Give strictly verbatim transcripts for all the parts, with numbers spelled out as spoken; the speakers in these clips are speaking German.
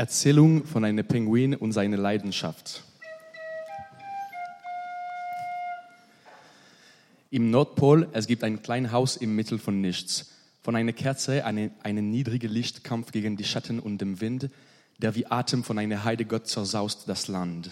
Erzählung von einem Pinguin und seiner Leidenschaft. Im Nordpol, es gibt ein kleines Haus im Mittel von nichts. Von einer Kerze eine, einen niedrigen Lichtkampf gegen die Schatten und den Wind, der wie Atem von einer Heidegott zersaust das Land.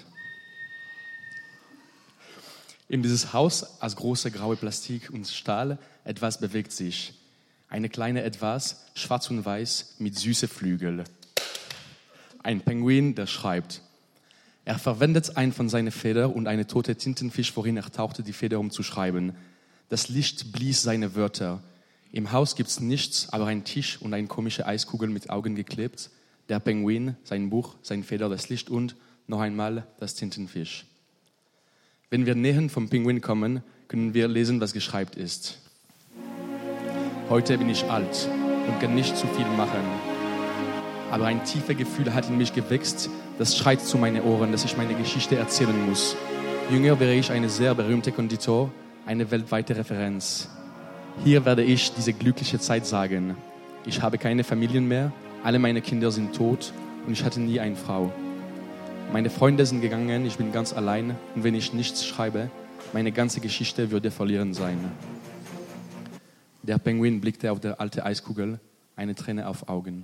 In dieses Haus, aus großer graue Plastik und Stahl, etwas bewegt sich. Eine kleine Etwas, schwarz und weiß, mit süßen Flügeln. Ein Pinguin, der schreibt. Er verwendet einen von seinen Federn und eine tote Tintenfisch, worin er tauchte die Feder, um zu schreiben. Das Licht blies seine Wörter. Im Haus gibt's nichts, aber ein Tisch und eine komische Eiskugel mit Augen geklebt. Der Pinguin, sein Buch, sein Feder, das Licht und noch einmal das Tintenfisch. Wenn wir näher vom Pinguin kommen, können wir lesen, was geschrieben ist. Heute bin ich alt und kann nicht zu viel machen. Aber ein tiefes Gefühl hat in mich gewächst, das schreit zu meinen Ohren, dass ich meine Geschichte erzählen muss. Jünger wäre ich eine sehr berühmte Konditor, eine weltweite Referenz. Hier werde ich diese glückliche Zeit sagen. Ich habe keine Familien mehr, alle meine Kinder sind tot und ich hatte nie eine Frau. Meine Freunde sind gegangen, ich bin ganz allein und wenn ich nichts schreibe, meine ganze Geschichte würde verlieren sein. Der Pinguin blickte auf die alte Eiskugel, eine Träne auf Augen.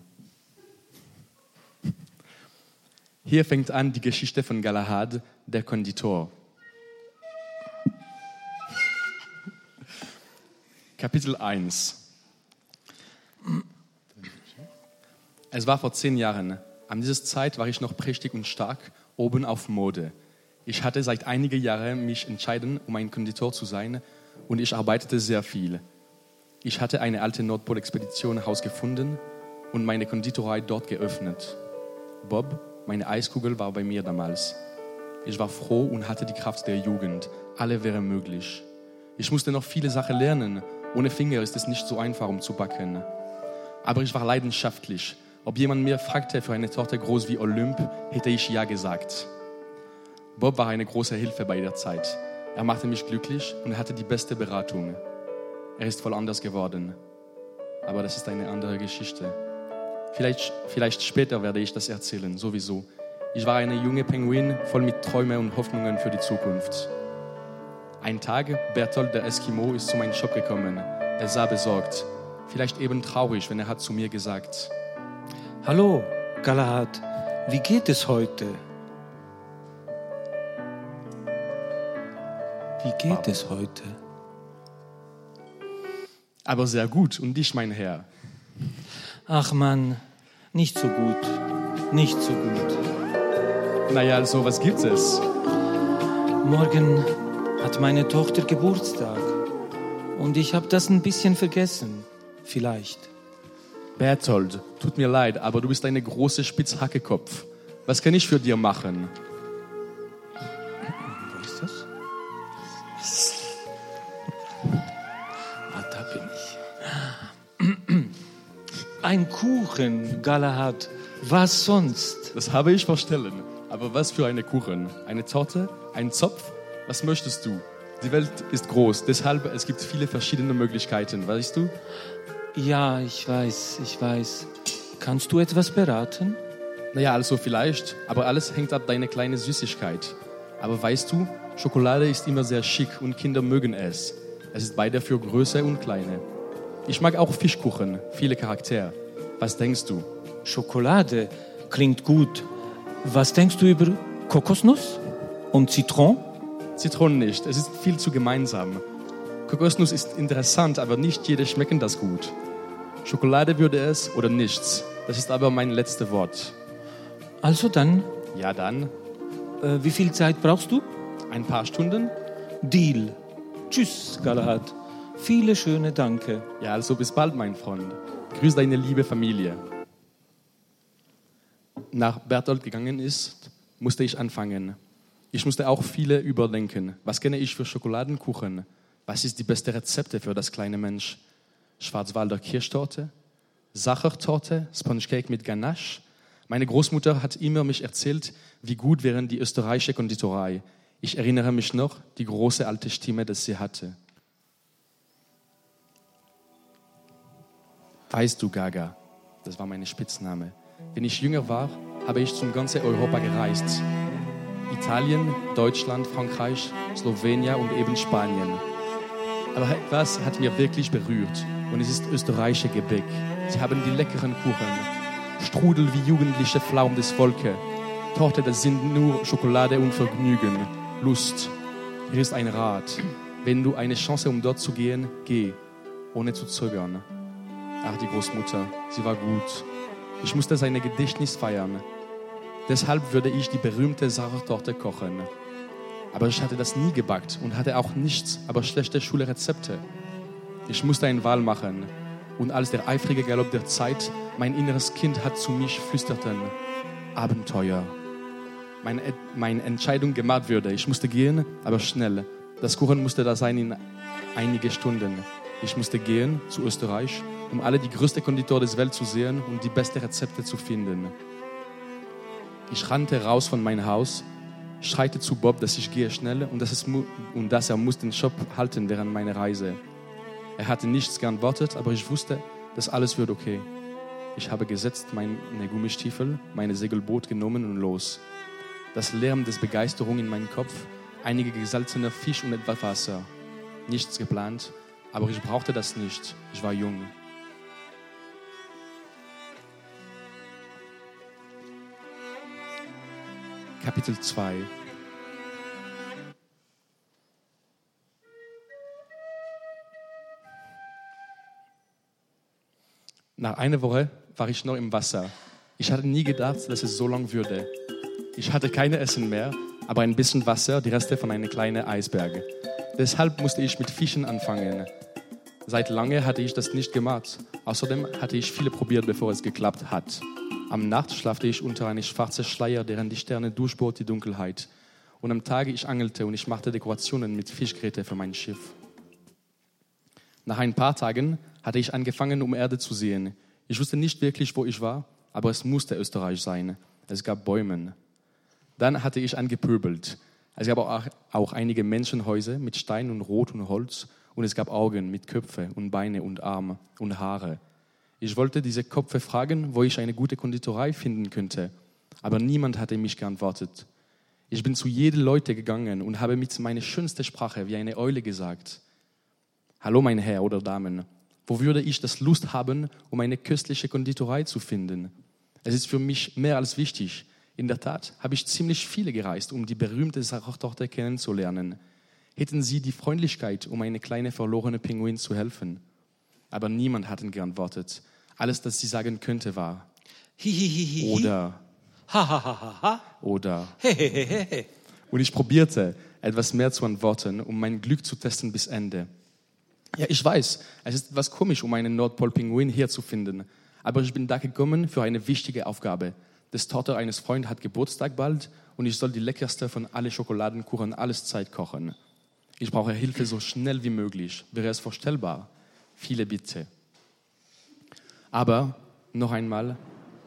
Hier fängt an die Geschichte von Galahad, der Konditor. Kapitel eins. Es war vor zehn Jahren. An dieser Zeit war ich noch prächtig und stark, oben auf Mode. Ich hatte seit einigen Jahren mich entschieden, um ein Konditor zu sein und ich arbeitete sehr viel. Ich hatte eine alte Nordpol-Expedition herausgefunden und meine Konditorei dort geöffnet. Bob, meine Eiskugel, war bei mir damals. Ich war froh und hatte die Kraft der Jugend. Alle wäre möglich. Ich musste noch viele Sachen lernen. Ohne Finger ist es nicht so einfach, um zu backen. Aber ich war leidenschaftlich. Ob jemand mir fragte für eine Torte groß wie Olymp, hätte ich ja gesagt. Bob war eine große Hilfe bei der Zeit. Er machte mich glücklich und hatte die beste Beratung. Er ist voll anders geworden. Aber das ist eine andere Geschichte. Vielleicht, vielleicht später werde ich das erzählen, sowieso. Ich war eine junge Pinguin, voll mit Träumen und Hoffnungen für die Zukunft. Ein Tag, Bertolt, der Eskimo, ist zu meinem Shop gekommen. Er sah besorgt, vielleicht eben traurig, wenn er hat zu mir gesagt: Hallo, Galahad, wie geht es heute? Wie geht Papa. es heute? Aber sehr gut, und dich, mein Herr? Ach Mann, nicht so gut, nicht so gut. Naja, also, was gibt es? Morgen hat meine Tochter Geburtstag und ich habe das ein bisschen vergessen, vielleicht. Bertolt, tut mir leid, aber du bist eine große Spitzhackekopf. Was kann ich für dir machen? Wo ist das? Ah, da bin ich. Ein Kuchen, Galahad. Was sonst? Das habe ich verstanden. Aber was für eine Kuchen? Eine Torte? Ein Zopf? Was möchtest du? Die Welt ist groß, deshalb es gibt viele verschiedene Möglichkeiten, weißt du? Ja, ich weiß, ich weiß. Kannst du etwas beraten? Naja, also vielleicht, aber alles hängt ab deiner kleinen Süßigkeit. Aber weißt du, Schokolade ist immer sehr schick und Kinder mögen es. Es ist beide für Größe und Kleine. Ich mag auch Fischkuchen, viele Charaktere. Was denkst du? Schokolade klingt gut. Was denkst du über Kokosnuss und Zitron? Zitronen nicht, es ist viel zu gemeinsam. Kokosnuss ist interessant, aber nicht jede schmecken das gut. Schokolade würde es oder nichts. Das ist aber mein letztes Wort. Also dann, Ja dann, äh, wie viel Zeit brauchst du? ein paar Stunden? Deal. Tschüss, Galahad. Viele schöne Danke. Ja, also bis bald, mein Freund. Grüß deine liebe Familie. Nach Bertolt gegangen ist, musste ich anfangen. Ich musste auch viele überdenken. Was kenne ich für Schokoladenkuchen? Was ist die beste Rezepte für das kleine Mensch? Schwarzwälder Kirschtorte? Sachertorte? Spongecake mit Ganache? Meine Großmutter hat immer mich erzählt, wie gut wären die österreichische Konditorei. Ich erinnere mich noch, die große alte Stimme, die sie hatte. Weißt du, Gaga, das war mein Spitzname. Wenn ich jünger war, habe ich zum ganzen Europa gereist. Italien, Deutschland, Frankreich, Slowenien und eben Spanien. Aber etwas hat mir wirklich berührt und es ist österreichische Gebäck. Sie haben die leckeren Kuchen, Strudel wie jugendliche Pflaumen des Volkes. Torte, das sind nur Schokolade und Vergnügen, Lust. Hier ist ein Rat. Wenn du eine Chance, um dort zu gehen, geh, ohne zu zögern. Ach, die Großmutter, sie war gut. Ich musste sein Gedächtnis feiern. Deshalb würde ich die berühmte Sarah-Torte kochen. Aber ich hatte das nie gebackt und hatte auch nichts, aber schlechte Schulrezepte. Ich musste eine Wahl machen. Und als der eifrige Galopp der Zeit mein inneres Kind hat zu mich flüsterten, Abenteuer. Meine, meine Entscheidung gemacht würde. Ich musste gehen, aber schnell. Das Kuchen musste da sein in einige Stunden. Ich musste gehen zu Österreich, um alle die größte Konditor des Welt zu sehen und die besten Rezepte zu finden. Ich rannte raus von meinem Haus, schreite zu Bob, dass ich gehe schnell und dass, es mu- und dass er muss den Shop halten während meiner Reise. Er hatte nichts geantwortet, aber ich wusste, dass alles wird okay. Ich habe gesetzt meine Gummistiefel, meine Segelboot genommen und los. Das Lärm des Begeisterung in meinem Kopf, einige gesalzene Fisch und etwas Wasser. Nichts geplant, aber ich brauchte das nicht. Ich war jung. Kapitel zwei. Nach einer Woche war ich noch im Wasser. Ich hatte nie gedacht, dass es so lang würde. Ich hatte kein Essen mehr, aber ein bisschen Wasser, die Reste von einem kleinen Eisberg. Deshalb musste ich mit Fischen anfangen. Seit lange hatte ich das nicht gemacht. Außerdem hatte ich viele probiert, bevor es geklappt hat. Am Nacht schlafte ich unter einem schwarzen Schleier, deren die Sterne durchbohrte die Dunkelheit. Und am Tage ich angelte und ich machte Dekorationen mit Fischgräte für mein Schiff. Nach ein paar Tagen hatte ich angefangen, um Erde zu sehen. Ich wusste nicht wirklich, wo ich war, aber es musste Österreich sein. Es gab Bäume. Dann hatte ich angepöbelt. Es gab auch, auch einige Menschenhäuser mit Stein und Rot und Holz und es gab Augen mit Köpfe und Beine und Arme und Haare. Ich wollte diese Köpfe fragen, wo ich eine gute Konditorei finden könnte, aber niemand hatte mich geantwortet. Ich bin zu jedem Leute gegangen und habe mit meiner schönsten Sprache wie eine Eule gesagt, Hallo mein Herr oder Damen, wo würde ich das Lust haben, um eine köstliche Konditorei zu finden? Es ist für mich mehr als wichtig. In der Tat habe ich ziemlich viele gereist, um die berühmte Sarah-Torte kennenzulernen. Hätten Sie die Freundlichkeit, um eine kleine verlorene Pinguin zu helfen? Aber niemand hat geantwortet. Alles, das sie sagen könnte, war Hihihihi. oder Ha ha ha ha ha. oder. Hehehehe. Und ich probierte, etwas mehr zu antworten, um mein Glück zu testen bis Ende. Ja, ich weiß, es ist etwas komisch, um einen Nordpol-Pinguin hier zu finden. Aber ich bin da gekommen für eine wichtige Aufgabe. Das Tochter eines Freundes hat Geburtstag bald und ich soll die leckerste von allen Schokoladenkuchen alles Zeit kochen. Ich brauche Hilfe so schnell wie möglich. Wäre es vorstellbar? Viele Bitte. Aber, noch einmal,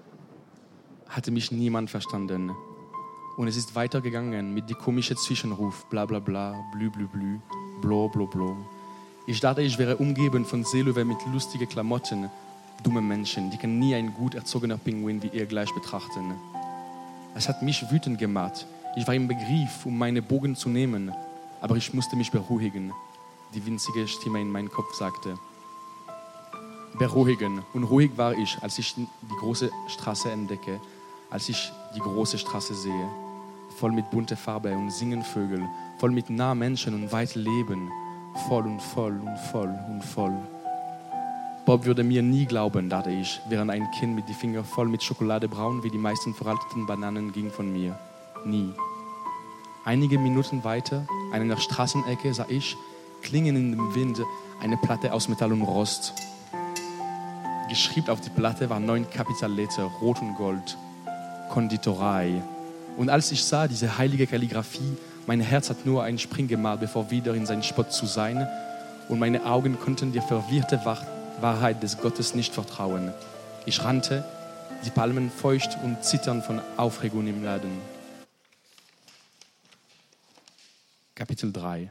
hatte mich niemand verstanden. Und es ist weitergegangen mit dem komischen Zwischenruf, bla bla bla, blü blü blü, blo blo blo. Ich dachte, ich wäre umgeben von Seelöwen mit lustigen Klamotten, dumme Menschen, die kann nie ein gut erzogener Pinguin wie ihr gleich betrachten. Es hat mich wütend gemacht. Ich war im Begriff, um meine Bogen zu nehmen, aber ich musste mich beruhigen. Die winzige Stimme in meinem Kopf sagte, beruhigen. Und ruhig war ich, als ich die große Straße entdecke, als ich die große Straße sehe, voll mit bunter Farbe und singen Vögel, voll mit nah Menschen und weit Leben, voll und voll und voll und voll. Bob würde mir nie glauben, dachte ich, während ein Kind mit den Fingern voll mit Schokolade braun wie die meisten veralteten Bananen ging von mir. Nie. Einige Minuten weiter, an einer Straßenecke, sah ich, klingen in dem Wind, eine Platte aus Metall und Rost. Geschrieben auf die Platte waren neun Kapitalletter, Rot und Gold. Konditorei. Und als ich sah, diese heilige Kalligraphie, mein Herz hat nur einen Spring gemacht, bevor wieder in seinen Spott zu sein. Und meine Augen konnten der verwirrte Wahrheit des Gottes nicht vertrauen. Ich rannte, die Palmen feucht und zitternd von Aufregung im Laden. Kapitel drei.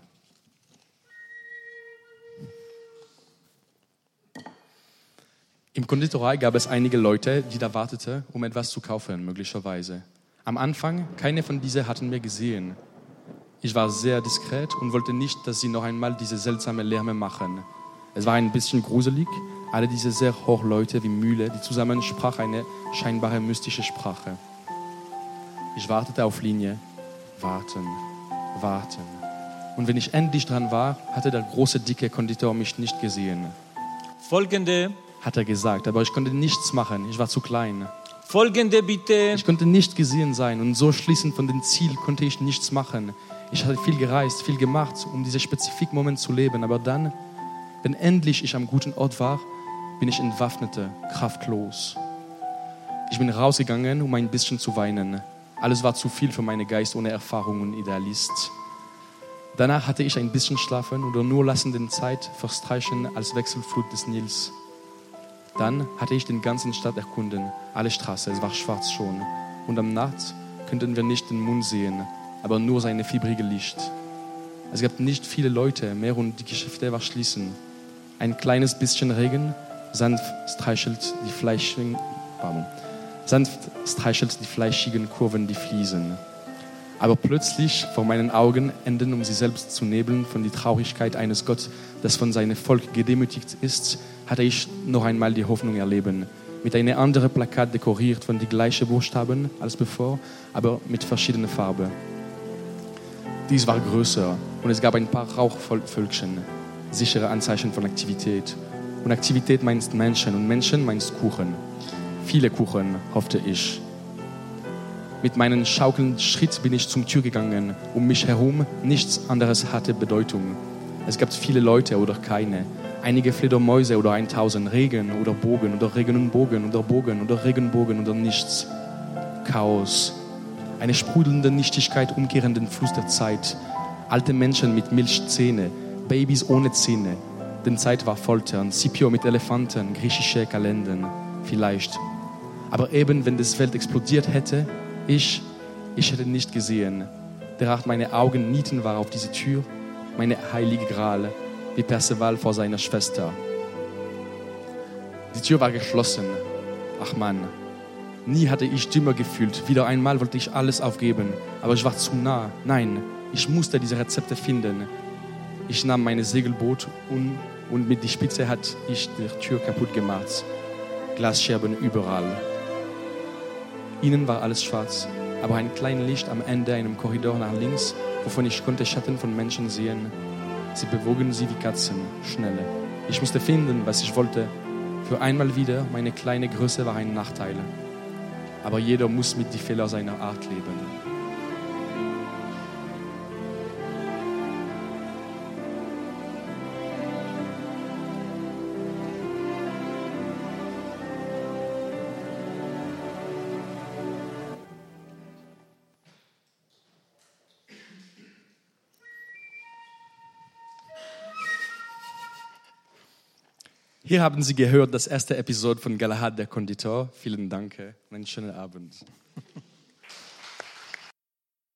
Im Konditorei gab es einige Leute, die da warteten, um etwas zu kaufen, möglicherweise. Am Anfang, keine von diesen hatten mir gesehen. Ich war sehr diskret und wollte nicht, dass sie noch einmal diese seltsame Lärme machen. Es war ein bisschen gruselig, alle diese sehr hohen Leute wie Mühle, die zusammen sprachen eine scheinbare mystische Sprache. Ich wartete auf Linie, warten, warten. Und wenn ich endlich dran war, hatte der große, dicke Konditor mich nicht gesehen. Folgende, Hat er gesagt, aber ich konnte nichts machen, ich war zu klein. folgende bitte. Ich konnte nicht gesehen sein und so schließend von dem Ziel konnte ich nichts machen. Ich hatte viel gereist, viel gemacht, um diesen spezifischen Moment zu leben. Aber dann, wenn endlich ich am guten Ort war, bin ich entwaffnete, kraftlos. Ich bin rausgegangen, um ein bisschen zu weinen. Alles war zu viel für meinen Geist ohne Erfahrung und Idealist. Danach hatte ich ein bisschen schlafen oder nur lassen den Zeit verstreichen als Wechselflut des Nils. Dann hatte ich den ganzen Stadt erkunden, alle Straßen, es war schwarz schon. Und am Nacht könnten wir nicht den Mond sehen, aber nur seine fiebrige Licht. Es gab nicht viele Leute mehr und die Geschäfte waren schließen. Ein kleines bisschen Regen, sanft streichelt die fleischigen, pardon, sanft streichelt die fleischigen Kurven, die Fliesen. Aber plötzlich vor meinen Augen enden, um sie selbst zu nebeln von der Traurigkeit eines Gott, das von seinem Volk gedemütigt ist, hatte ich noch einmal die Hoffnung erleben. Mit einem anderen Plakat dekoriert von den gleichen Buchstaben als bevor, aber mit verschiedener Farbe. Dies war größer und es gab ein paar Rauchvölkchen, sichere Anzeichen von Aktivität. Und Aktivität meinst Menschen und Menschen meinst Kuchen. Viele Kuchen, hoffte ich. Mit meinem schaukelnden Schritt bin ich zum Tür gegangen. Um mich herum nichts anderes hatte Bedeutung. Es gab viele Leute oder keine. Einige Fledermäuse oder eintausend, Regen oder Bogen oder Regen und Bogen oder Bogen oder Regenbogen oder nichts. Chaos. Eine sprudelnde Nichtigkeit umkehrenden Fluss der Zeit. Alte Menschen mit Milchzähne, Babys ohne Zähne. Denn Zeit war Folter, Scipio mit Elefanten, griechische Kalender. Vielleicht. Aber eben, wenn das Welt explodiert hätte, ich, ich hätte nicht gesehen. Der Art meine Augen nieten war auf diese Tür, meine heilige Gral, wie Perceval vor seiner Schwester. Die Tür war geschlossen. Ach Mann, nie hatte ich dümmer gefühlt. Wieder einmal wollte ich alles aufgeben, aber ich war zu nah. Nein, ich musste diese Rezepte finden. Ich nahm mein Segelboot und, und mit der Spitze hatte ich die Tür kaputt gemacht. Glasscherben überall. Innen war alles schwarz, aber ein kleines Licht am Ende einem Korridor nach links, wovon ich konnte Schatten von Menschen sehen. Sie bewogen sie wie Katzen, schnelle. Ich musste finden, was ich wollte. Für einmal wieder, meine kleine Größe war ein Nachteil. Aber jeder muss mit den Fehlern seiner Art leben. Hier haben Sie gehört das erste Episode von Galahad, der Konditor. Vielen Dank und einen schönen Abend.